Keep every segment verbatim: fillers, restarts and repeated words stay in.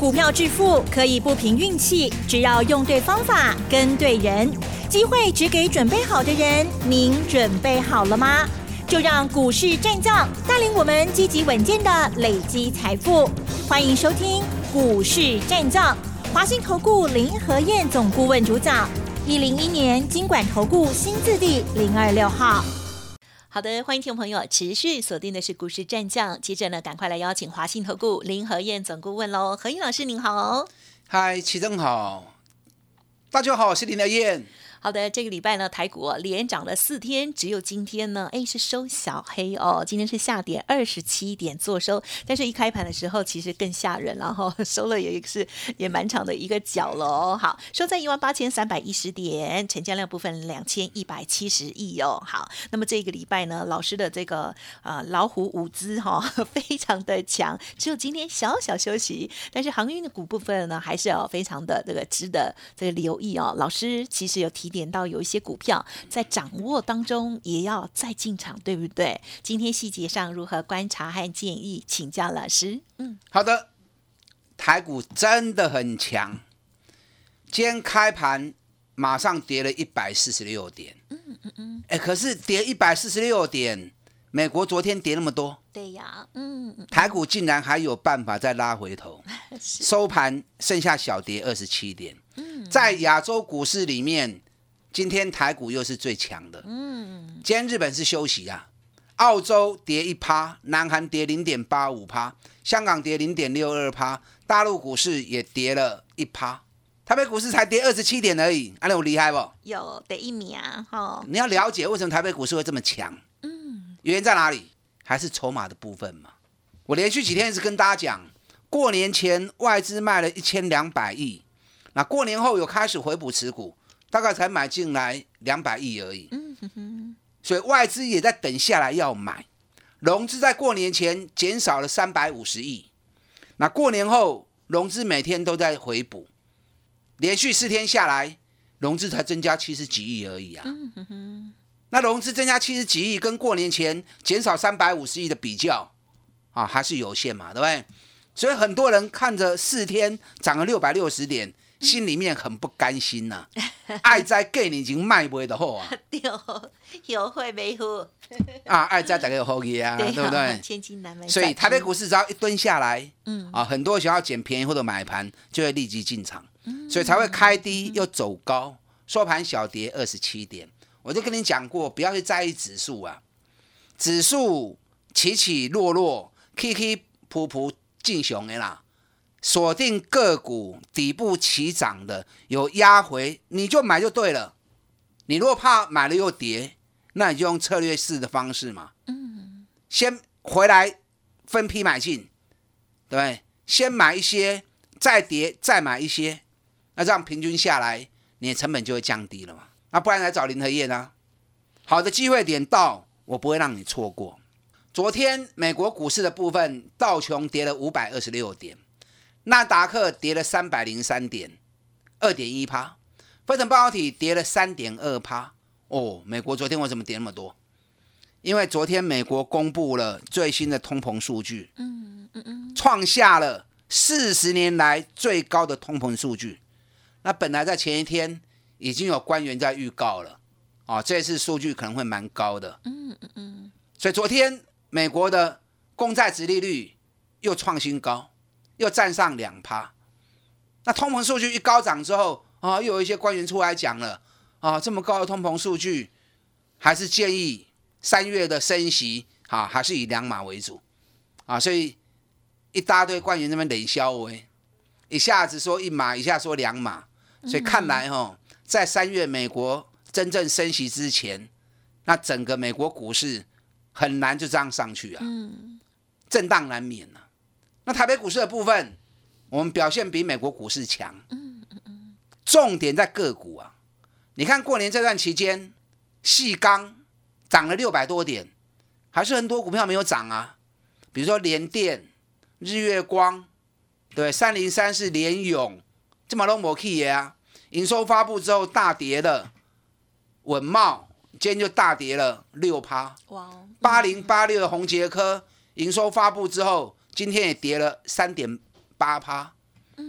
股票致富可以不凭运气，只要用对方法、跟对人，机会只给准备好的人。您准备好了吗？就让股市战将带领我们积极稳健的累积财富。欢迎收听股市战将，华信投顾林和彥总顾问主讲，一零一年金管投顾新字第零二六号。好的，欢迎听众朋友持续锁定的是股市战将，接着呢，赶快来邀请华信投顾林和彥总顾问喽。和彥老师您好。 嗨，齐正好，大家好，我是林和彥。 好的，这个礼拜呢，台股、哦、连涨了四天，只有今天呢，哎是收小黑哦。今天是下跌二十七点做收，但是一开盘的时候其实更吓人，然后收了也是也蛮长的一个角了哦。好，收在一万八千三百一十点，成交量部分两千一百七十亿哦。好，那么这个礼拜呢，老师的这个呃老虎舞姿哈、哦、非常的强，只有今天小小休息，但是航运的股部分呢，还是要、哦、非常的这个值得这个留意哦。老师其实有提点到有一些股票在掌握当中也要再进场，对不对？今天细节上如何观察和建议，请教老师。嗯， 好的，台股真的很强，今天开盘马上跌了一百四十六点。嗯嗯嗯，哎，可是跌一百四十六点，美国昨天跌那么多， 对呀，嗯， 台股竟然还有办法再拉回头，收盘剩下小跌二十七点。嗯，在亚洲股市里面，今天台股又是最强的。嗯，今天日本是休息啊，澳洲跌一趴，南韩跌零点八五趴，香港跌零点六二趴，大陆股市也跌了一趴，台北股市才跌二十七点而已，啊，有厉害不？ 有第一名哦。 你要了解为什么台北股市会这么强，嗯，原因在哪里？还是筹码的部分嘛。我连续几天一直跟大家讲，过年前外资卖了一千两百亿，那过年后有开始回补持股。大概才买进来两百亿而已，嗯哼哼，所以外资也在等下来要买，融资在过年前减少了三百五十亿，那过年后融资每天都在回补，连续四天下来，融资才增加七十几亿而已啊，嗯哼哼，那融资增加七十几亿跟过年前减少三百五十亿的比较啊，还是有限嘛，对不对？所以很多人看着四天涨了六百六十点。心里面很不甘心呐、啊，爱在给你已经卖不的好啊， 对，有会没好啊，爱在大家有好意啊，对不对？ 千金难买。 所以台北股市只要一蹲下来，嗯啊，很多想要捡便宜或者买盘就会立即进场，嗯、所以才会开低又走高，收盘小跌二十七点。我就跟你讲过，不要去在意指数啊，指数起起落落，起起伏伏进熊的啦。锁定个股底部起涨的，有压回你就买就对了。你如果怕买了又跌，那你就用策略式的方式嘛。嗯，先回来分批买进，对不对？先买一些，再跌，再买一些，那这样平均下来，你的成本就会降低了嘛。那不然来找林和彥啊，好的机会点到，我不会让你错过。昨天美国股市的部分，道琼跌了五百二十六点。纳达克跌了三百零三点，二点一趴，费城半导体跌了三点二趴。哦，美国昨天为什么跌那么多？因为昨天美国公布了最新的通膨数据，嗯嗯嗯，创下了四十年来最高的通膨数据。那本来在前一天已经有官员在预告了，哦，这次数据可能会蛮高的，嗯嗯嗯。所以昨天美国的公债殖利率又创新高。又站上两趴，那通膨数据一高涨之后啊，又有一些官员出来讲了啊，这么高的通膨数据，还是建议三月的升息啊，还是以两码为主啊，所以一大堆官员这边冷笑为，一下子说一码，一下说两码，所以看来哈，在三月美国真正升息之前，那整个美国股市很难就这样上去啊，震荡难免啊。那台北股市的部分，我们表现比美国股市强。嗯嗯嗯。重点在个股啊，你看过年这段期间，矽钢涨了六百多点，还是很多股票没有涨啊。比如说联电、日月光，对，三零三是联咏，这么都没去的啊。营收发布之后大跌的，稳懋今天就大跌了六趴。哇！八零八六的宏捷科营收发布之后。今天也跌了 三点八趴，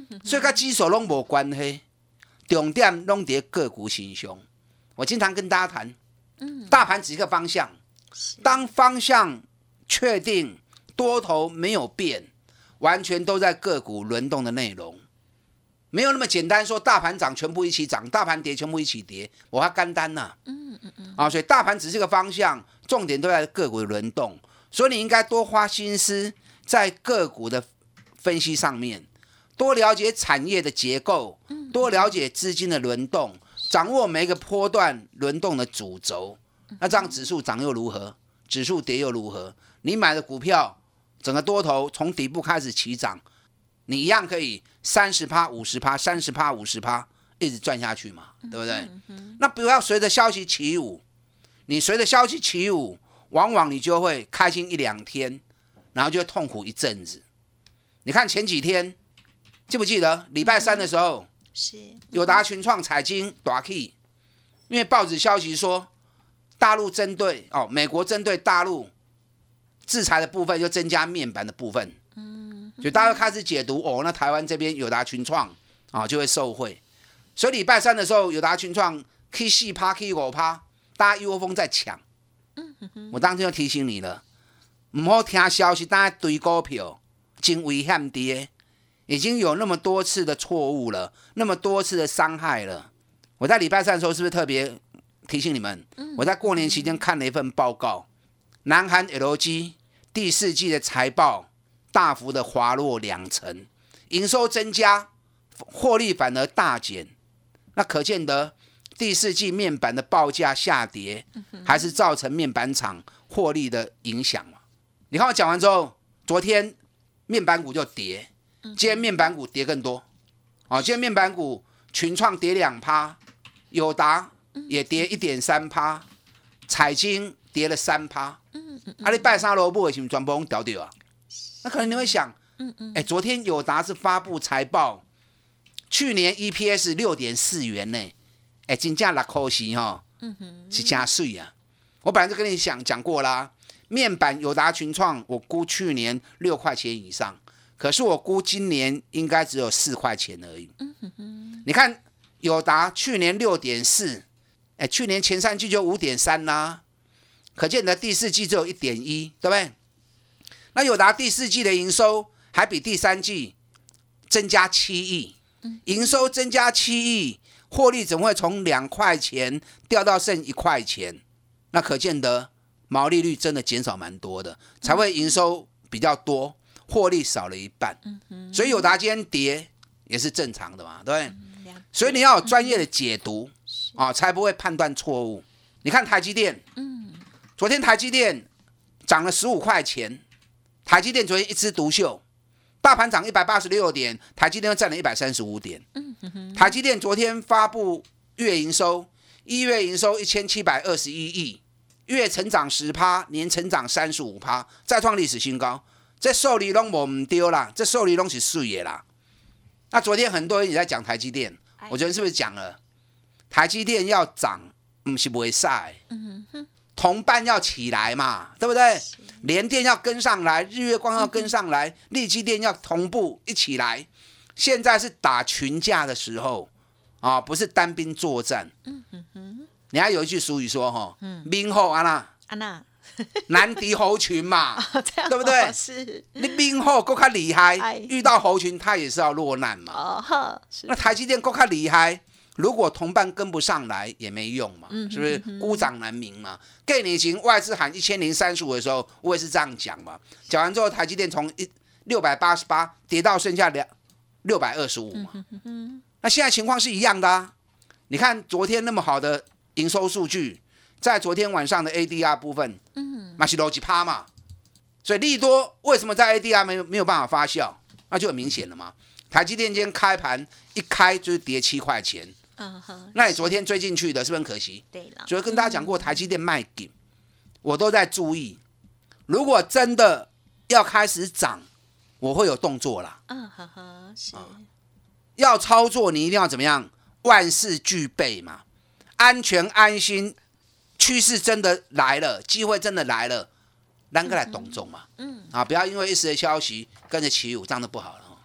所以跟基础拢无关系，重点拢在个股身上。我经常跟大家谈，大盘只一个方向，当方向确定，多头没有变，完全都在个股轮动的内容，没有那么简单说大盘涨全部一起涨，大盘跌全部一起跌，我还干单呐、啊。嗯嗯嗯。啊，所以大盘只是个方向，重点都在个股的轮动，所以你应该多花心思在个股的分析上面，多了解产业的结构，多了解资金的轮动，掌握每一个波段轮动的主轴。那这样指数涨又如何？指数跌又如何？你买的股票整个多头从底部开始起涨，你一样可以三十趴、五十趴、三十趴、五十趴一直赚下去嘛，对不对？那不要随着消息起舞，你随着消息起舞，往往你就会开心一两天，然后就会痛苦一阵子。你看前几天记不记得礼拜三的时候，是友达、群创、彩晶大起，因为报纸消息说大陆针对哦，美国针对大陆制裁的部分就增加面板的部分，嗯，所以大家开始解读哦，那台湾这边友达、群创啊、哦、就会受惠，所以礼拜三的时候友达、群创 K 四趴 K 五趴，大家一窝蜂在抢，我当时就提醒你了，唔好听消息，大家堆股票，真危险的，已经有那么多次的错误了，那么多次的伤害了。我在礼拜三的时候是不是特别提醒你们？我在过年期间看了一份报告，南韩 L G 第四季的财报大幅的滑落两成，营收增加，获利反而大减，那可见得第四季面板的报价下跌，还是造成面板厂获利的影响嘛？你看我讲完之后，昨天面板股就跌，今天面板股跌更多，哦，今天面板股群创跌两趴，友达也跌一点三趴，彩晶跌了三趴。啊，你拜三萝卜是不是全部都掉掉啊？那可能你会想，哎，昨天友达是发布财报，去年 E P S 六点四元呢，哎，真正六块钱哈，是真水啊！我本来就跟你讲讲过啦，面板友达、群创，我估去年六块钱以上，可是我估今年应该只有四块钱而已。你看友达去年六点四，哎，去年前三季就五点三啦。可见的第四季只有 一点一， 对不对？那友达第四季的营收还比第三季增加七亿，营收增加七亿，获利怎么会从两块钱掉到剩一块钱？那可见得毛利率真的减少蛮多的，才会营收比较多，获利少了一半。所以友达今天跌也是正常的嘛，对不对？所以你要有专业的解读啊，才不会判断错误。你看台积电，昨天台积电涨了十五块钱，台积电昨天一枝独秀，大盘涨一百八十六点，台积电又占了一百三十五点。台积电昨天发布月营收，一月营收一千七百二十一亿，月成长 百分之十， 年成长 百分之三十五， 再创历史新高。这数字都没不对啦，这数字都是水的啦。那昨天很多人也在讲台积电，我昨天是不是讲了台积电要涨不是不会晒，同伴要起来嘛，对不对？联电要跟上来，日月光要跟上来，力积电要同步一起来。现在是打群架的时候啊，不是单兵作战。你还有一句俗语说哈，兵后安娜安娜难敌猴群嘛，对不对？是你兵后够较厉害，遇到猴群他也是要落难嘛。那台积电够较厉害。如果同伴跟不上来也没用嘛，是不是孤掌难鸣嘛？概念型外资喊一千零三十五的时候，我也是这样讲嘛。讲完之后，台积电从六百八十八跌到剩下六百二十五嘛。那现在情况是一样的啊。你看昨天那么好的营收数据，在昨天晚上的 A D R 部分，嗯，嘛是落几趴嘛。所以利多为什么在 A D R 没有没有办法发酵？那就很明显了嘛。台积电今天开盘一开就是跌七块钱。Uh-huh, 那你昨天追进去的是不是很可惜？对了，所以跟大家讲过，台积电卖给我都在注意。如果真的要开始涨，我会有动作啦。嗯呵呵，是、啊。要操作，你一定要怎么样？万事俱备嘛，安全安心。趋势真的来了，机会真的来了，咱个来懂中嘛。嗯。啊，不要因为一时的消息跟着起舞，这样就不好了。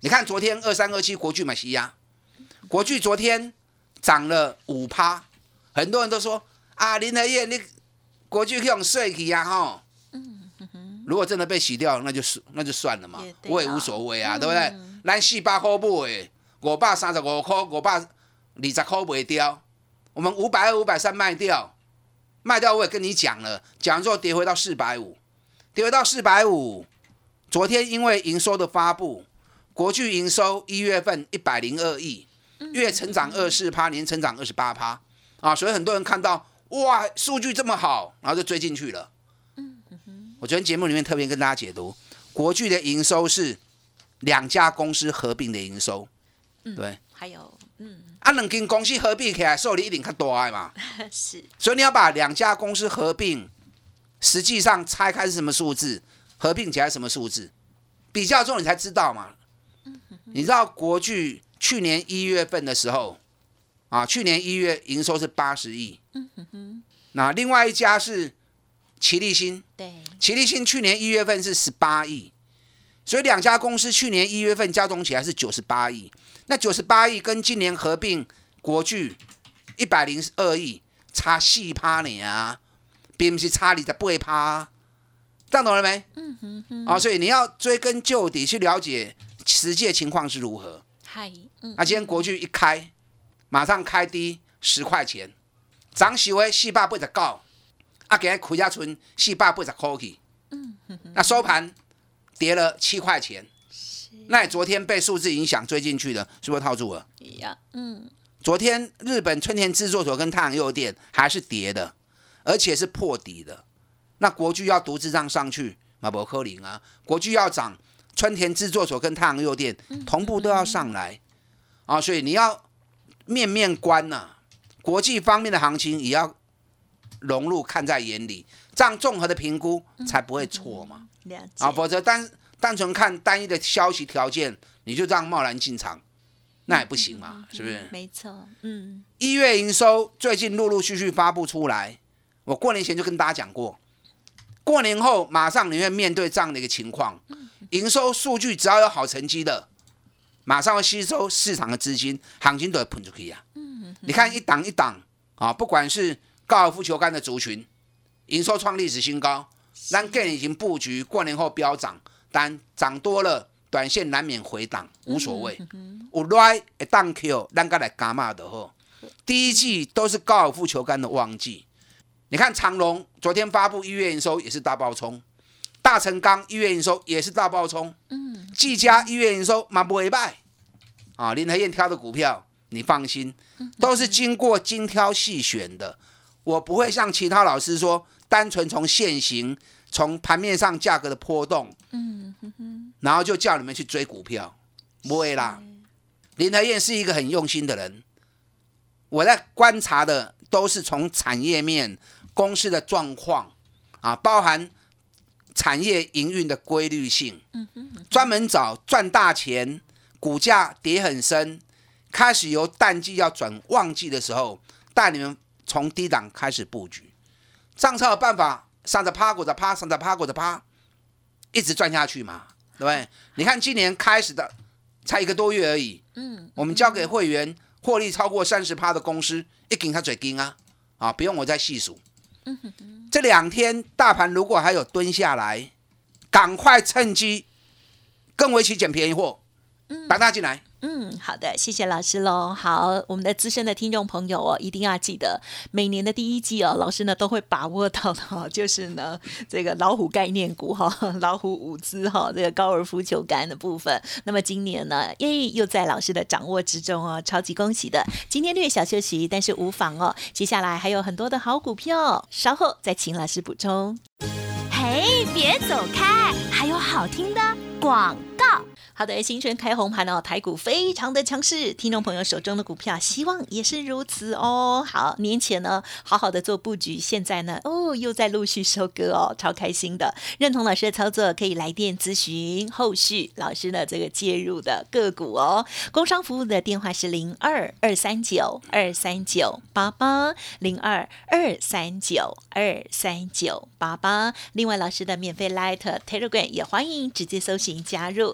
你看昨天二三二七国巨买西亚，国巨昨天涨了五趴，很多人都说啊，林和燕你国巨用税去啊吼。如果真的被洗掉，那就那就算了嘛，我也无所谓啊，嗯、对不对？咱四百块买，五百三十五块，五百二十块卖掉，我们五百二、五百三卖掉，卖掉我也跟你讲了，讲之后跌回到四百五，跌回到四百五。昨天因为营收的发布，国巨营收一月份一百零二亿，月成长二十四趴，年成长二十八趴啊，所以很多人看到哇，数据这么好，然后就追进去了。我昨天节目里面特别跟大家解读，国巨的营收是两家公司合并的营收，嗯、对， 还有，嗯， 啊，两间公司合并起来，受力一定较大的嘛， 是，所以你要把两家公司合并，实际上拆开是什么数字，合并起来是什么数字，比较之后你才知道嘛。嗯、你知道国巨去年一月份的时候，啊，去年一月营收是八十亿，嗯、那另外一家是奇力新， 对， 奇力新去年一月份是十八亿，所以两家公司去年一月份加总起来是九十八亿。那九十八亿跟今年合并国巨一百零二亿，差四趴呢啊，并不是差二十八趴，这样懂了没？嗯哼哼。啊，所以你要追根究底去了解实际的情况是如何。 嗨，嗯。 那今天国巨一开，马上开低十块钱，涨起为四百八十九。啊，今日开价存四百八十块去，嗯，那收盘跌了七块钱，那你昨天被数字影响追进去的，是不是套住了？ 嗯， 昨天日本春田制作所跟太阳诱电还是跌的，而且是破底的。那国巨要独自让上去，嘛不可能啊！国巨要涨，春田制作所跟太阳诱电同步都要上来啊，所以你要面面观呐、啊，国际方面的行情也要融入看在眼里，这样综合的评估才不会错嘛。 嗯、 啊，否则单单纯看单一的消息条件，你就这样贸然进场，那也不行嘛，嗯、是不是？ 没错，嗯。 一月营收最近陆陆续续发布出来，我过年前就跟大家讲过，过年后马上你会面对这样的一个情况，营收数据只要有好成绩的，马上会吸收市场的资金，行情都会喷出去啊。嗯、你看一档一档啊，不管是高尔夫球杆的族群，营收创历史新高，咱更已经布局过年后飙涨，但涨多了，短线难免回档，无所谓。有来会当 Q， 咱再来加码就好。第一季都是高尔夫球杆的旺季，你看长荣昨天发布一月营收也是大爆冲，大成钢一月营收也是大爆冲，嗯，技嘉一月营收嘛不会败啊。林和燕挑的股票，你放心，都是经过精挑细选的。我不会像其他老师说，单纯从现行、从盘面上价格的波动，嗯哼哼，然后就叫你们去追股票，不会啦。林和燕是一个很用心的人，我在观察的都是从产业面、公司的状况啊，包含产业营运的规律性，专门找赚大钱、股价跌很深，开始由淡季要转旺季的时候，带你们从低档开始布局，这样才有办法上着趴过着趴，上着趴过着趴，一直赚下去嘛，对不对？你看今年开始的才一个多月而已，嗯，我们交给会员获利超过三十趴的公司，一斤它嘴斤啊，啊，不用我再细数。嗯哼哼，这两天大盘如果还有蹲下来，赶快趁机跟我一起捡便宜货，打大进来。 嗯，好的，谢谢老师喽。好，我们的资深的听众朋友哦，一定要记得每年的第一季哦，老师呢都会把握到的哈、哦，就是呢这个老虎概念股哈、哦，老虎伍兹哈、哦，这个高尔夫球杆的部分。那么今年呢，耶又在老师的掌握之中哦，超级恭喜的。今天略小休息，但是无妨哦，接下来还有很多的好股票，稍后再请老师补充。 嘿，别走开，还有好听的广告。 好的，新春开红盘哦，台股非常的强势，听众朋友手中的股票希望也是如此哦。好，年前呢好好的做布局，现在呢哦又在陆续收割哦，超开心的。认同老师的操作，可以来电咨询后续老师的这个介入的个股哦。工商服务的电话是零二二三九二三九八八零二二三九二三九八八。另外，老师的免费 Light Telegram 也欢迎直接搜寻加入 Light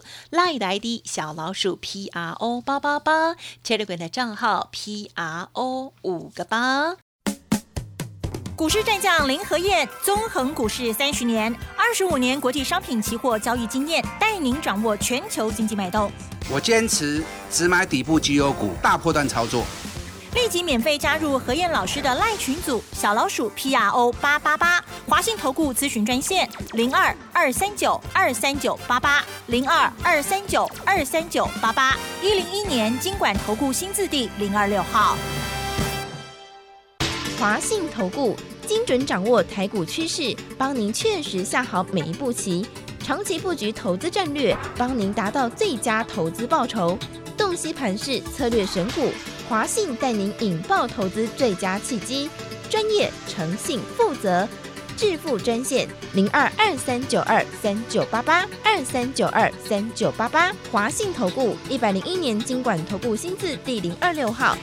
，Line 的 I D 小老鼠 P R O 八八八 ，Telegram 的账号 P R O 五个八。 股市战将林和燕，纵横股市三十年，二十五年国际商品期货交易经验，带您掌握全球经济脉动。 我坚持只买底部绩优股，大波段操作。 立即免费加入和燕老师的赖群组，小老鼠 P R O 八八八，华信投顾咨询专线零二二三九二三九八八零二二三九二三九八八，一零一年金管投顾新字第零二六号。 华信投顾精准掌握台股趋势，帮您确实下好每一步棋，长期布局投资战略，帮您达到最佳投资报酬。洞悉盘势，策略选股，华信带您引爆投资最佳契机，专业、诚信、负责。致富专线零二二三九二三九八八二三九二三九八八，华信投顾一百零一年金管投顾新字第零二六号。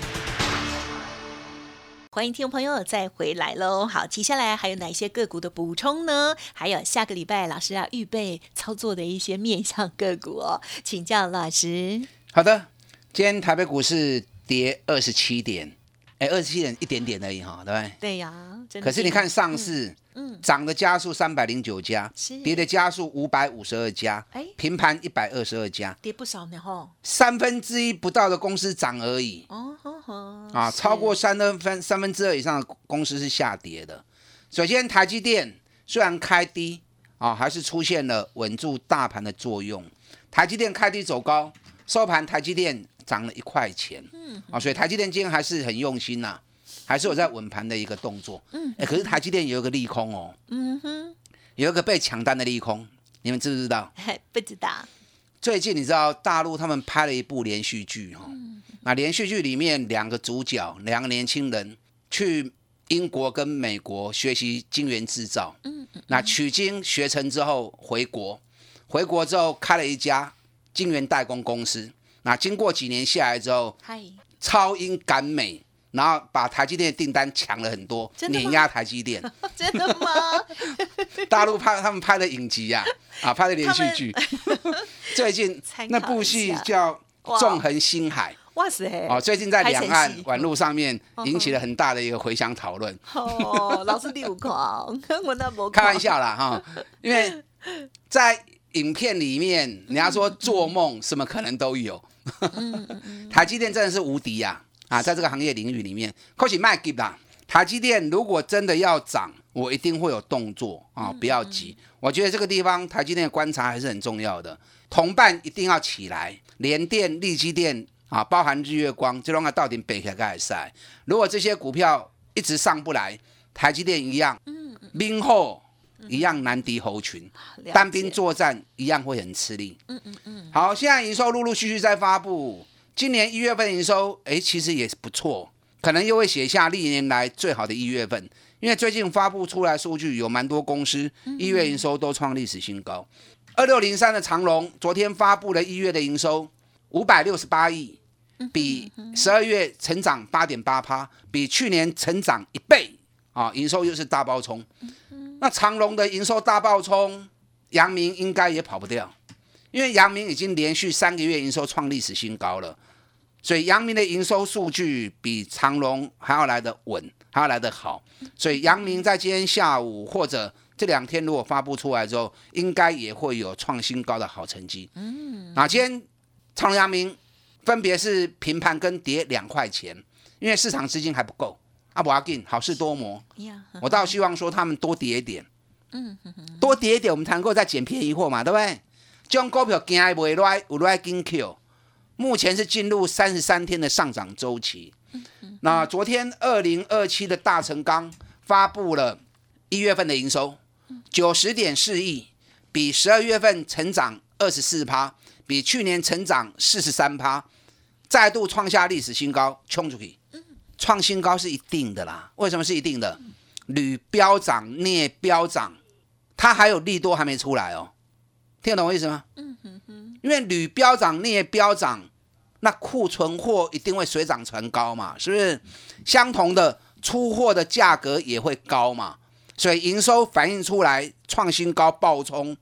欢迎听众朋友再回来喽！好，接下来还有哪些个股的补充呢？还有下个礼拜老师要预备操作的一些面向个股哦，请教老师。 好的，今天台北股市跌二十七点，哎，二十七点一点点而已哈，对不对？ 对呀、啊， 可是你看上市，嗯，涨的家数三百零九家，跌的家数五百五十二家，哎，平盘一百二十二家， 跌不少呢吼， 三分之一不到的公司涨而已。 哦吼吼， 啊，超过三分三分之二以上的公司是下跌的。首先，台积电虽然开低啊，还是出现了稳住大盘的作用。台积电开低走高，收盘台积电涨了一块钱，嗯，啊，所以台积电今天还是很用心呐、啊，还是有在稳盘的一个动作。嗯，哎，可是台积电有一个利空哦，嗯哼，有一个被抢单的利空，你们知不知道？ 不知道。 最近你知道大陆他们拍了一部连续剧哈、哦。嗯，那连续剧里面两个主角，两个年轻人去英国跟美国学习晶圆制造。嗯嗯，那取经学成之后回国，回国之后开了一家晶圆代工公司。那经过几年下来之后，超英赶美，然后把台积电的订单抢了很多，碾压台积电。 真的吗？ 大陆拍他们拍的影集啊，啊拍的连续剧。最近那部戏叫《纵横星海》。 哇塞！ 哦，最近在两岸网络上面引起了很大的一个回响讨论。 哦，老师你有狂，我那没开玩笑啦哈，因为在影片里面，人家说做梦什么可能都有。台积电真的是无敌呀！啊，在这个行业领域里面，可是卖急啦。台积电如果真的要涨，我一定会有动作啊，不要急。我觉得这个地方台积电的观察还是很重要的，同伴一定要起来，联电、力积电。啊，包含日月光，这种个到底北开开赛。如果这些股票一直上不来，台积电一样，明后一样难敌猴群，单兵作战一样会很吃力。嗯嗯嗯。好，现在营收陆陆续续在发布，今年一月份营收，哎，其实也不错，可能又会写下历年来最好的一月份，因为最近发布出来数据，有蛮多公司一月营收都创历史新高。二六零三的长荣昨天发布了一月的营收。五百六十八亿，比十二月成长 八点八%， 比去年成长一倍啊！营收又是大爆冲。那长荣的营收大爆冲，阳明应该也跑不掉，因为阳明已经连续三个月营收创历史新高了，所以阳明的营收数据比长荣还要来得稳，还要来得好。所以阳明在今天下午或者这两天如果发布出来之后，应该也会有创新高的好成绩。嗯，那今天。长荣、阳明分别是平盘跟跌两块钱，因为市场资金还不够。啊，不要紧，好事多磨。我倒希望说他们多跌一点，多跌一点，我们才能够再捡便宜货嘛，对不对？这种股票行的不赖，有赖紧 Q。目前是进入三十三天的上涨周期。那昨天二零二七的大成钢发布了一月份的营收，九十点四亿，比十二月份成长二十四%。比去年成长 百分之四十三， 再度创下历史新高，冲出去，创新高是一定的啦。为什么是一定的？屡飙涨，镍飙涨，它还有利多还没出来哦，听得懂我意思吗？因为铝飙涨，镍飙涨，那库存货一定会水涨船高嘛，是不是？相同的，出货的价格也会高嘛，所以营收反映出来，创新高爆冲。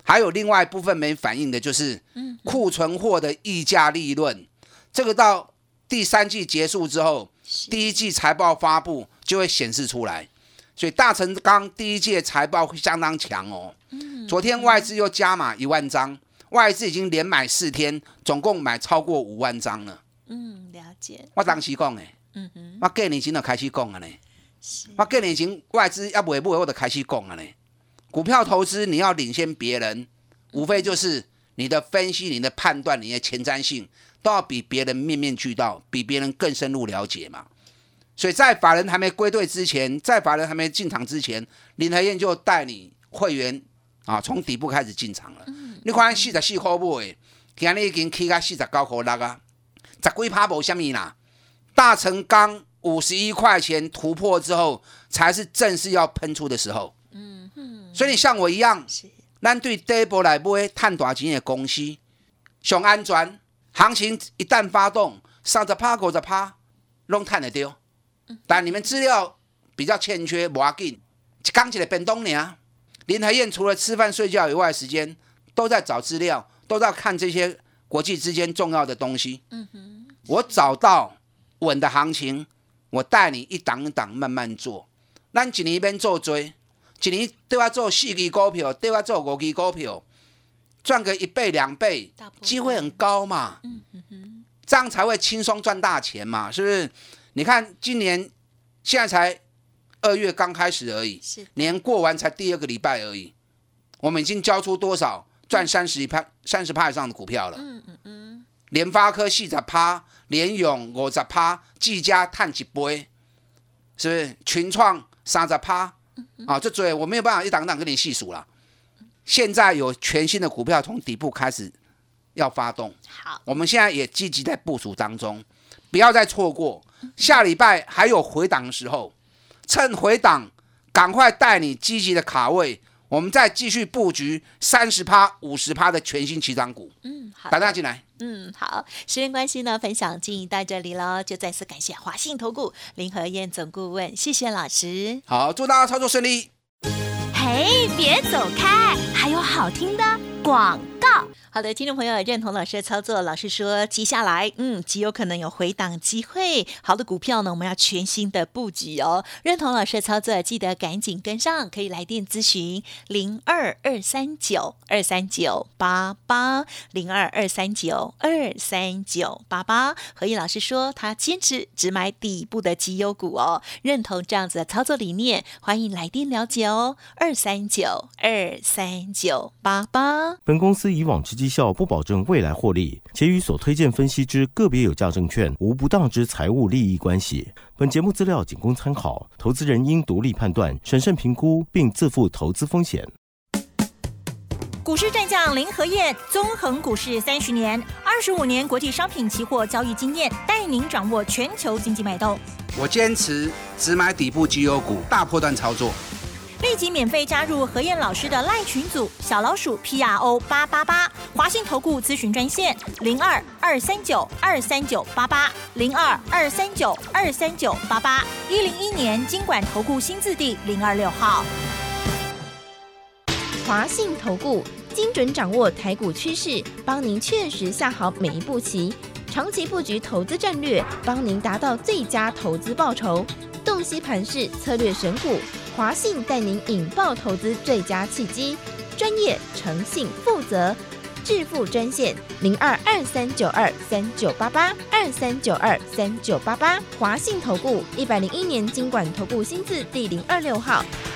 还有另外一部分没反映的就是库存货的溢价利润，这个到第三季结束之后，第一季财报发布就会显示出来。所以大成钢第一季的财报会相当强哦。昨天外资又加码一万张，外资已经连买四天，总共买超过五万张了。 嗯，了解。 我当时讲的，嗯哼，我过年前就开始讲了呢。我过年前外资要买不买我就开始讲了呢。股票投资你要领先别人，无非就是你的分析、你的判断、你的前瞻性都要比别人面面俱到，比别人更深入了解嘛。所以在法人还没归队之前，在法人还没进场之前，林和燕就带你会员啊从底部开始进场了。嗯、你看四十四块买，今日已经起到四十九块六啊，十几趴无什么啦。大成钢五十一块钱突破之后，才是正式要喷出的时候。嗯嗯、所以你像我一样，咱对第一波来买赚大钱的公司，上安全，行情一旦发动，三十趴、五十趴，拢赚得到。但你们资料比较欠缺，不要紧，刚起来变动呢。林和燕除了吃饭睡觉以外的时间，都在找资料，都在看这些国际之间重要的东西。嗯哼，我找到稳的行情，我带你一档一档慢慢做。咱一年边做追，一年对我做四支股票，对我做五支股票，赚个一倍两倍，机会很高嘛。嗯哼，这样才会轻松赚大钱嘛，是不是？你看，今年现在才二月刚开始而已，年过完才第二个礼拜而已，我们已经交出多少赚三十趴、三十趴以上的股票了？嗯嗯嗯。联发科四十趴，联咏五十趴，技嘉赚一倍，是不是？群创三十趴，啊，这最我没有办法一档档跟你细数了。现在有全新的股票从底部开始要发动， 好， 我们现在也积极在部署当中。不要再错过，下礼拜还有回档的时候，趁回档赶快带你积极的卡位，我们再继续布局三十趴、五十趴的全新起涨股。嗯，好，打电话进来。 嗯，好，时间关系呢，分享进行到这里了，就再次感谢华信投顾林和燕总顾问，谢谢老师。 好，祝大家操作顺利。 嘿，别走开，还有好听的广告。 好的，听众朋友认同老师的操作，老师说接下来嗯极有可能有回档机会，好的股票呢我们要全新的布局哦。认同老师的操作，记得赶紧跟上，可以来电咨询零二二三九二三九八八零二二三九二三九八八。和燕老师说他坚持只买底部的绩优股哦，认同这样子的操作理念，欢迎来电了解哦，二三九二三九八八。 本公司以往之绩效不保证未来获利，且与所推荐分析之个别有价证券无不当之财务利益关系。本节目资料仅供参考，投资人应独立判断、审慎评估，并自负投资风险。 股市战将林和燕，纵横股市三十年，二十五年国际商品期货交易经验，带您掌握全球经济脉动。 我坚持只买底部绩优股，大波段操作。 立即免费加入和燕老师的赖群组，小老鼠 P R O 八八八，华信投顾咨询专线零二二三九二三九八八零二二三九二三九八八，一零一年金管投顾新字第零二六号。 华信投顾精准掌握台股趋势，帮您确实下好每一步棋，长期布局投资战略，帮您达到最佳投资报酬。洞悉盘势，策略选股，华信带您引爆投资最佳契机，专业、诚信、负责，致富专线零二二三九二三九八八二三九二三九八八，华信投顾一百零一年金管投顾新字第零二六号。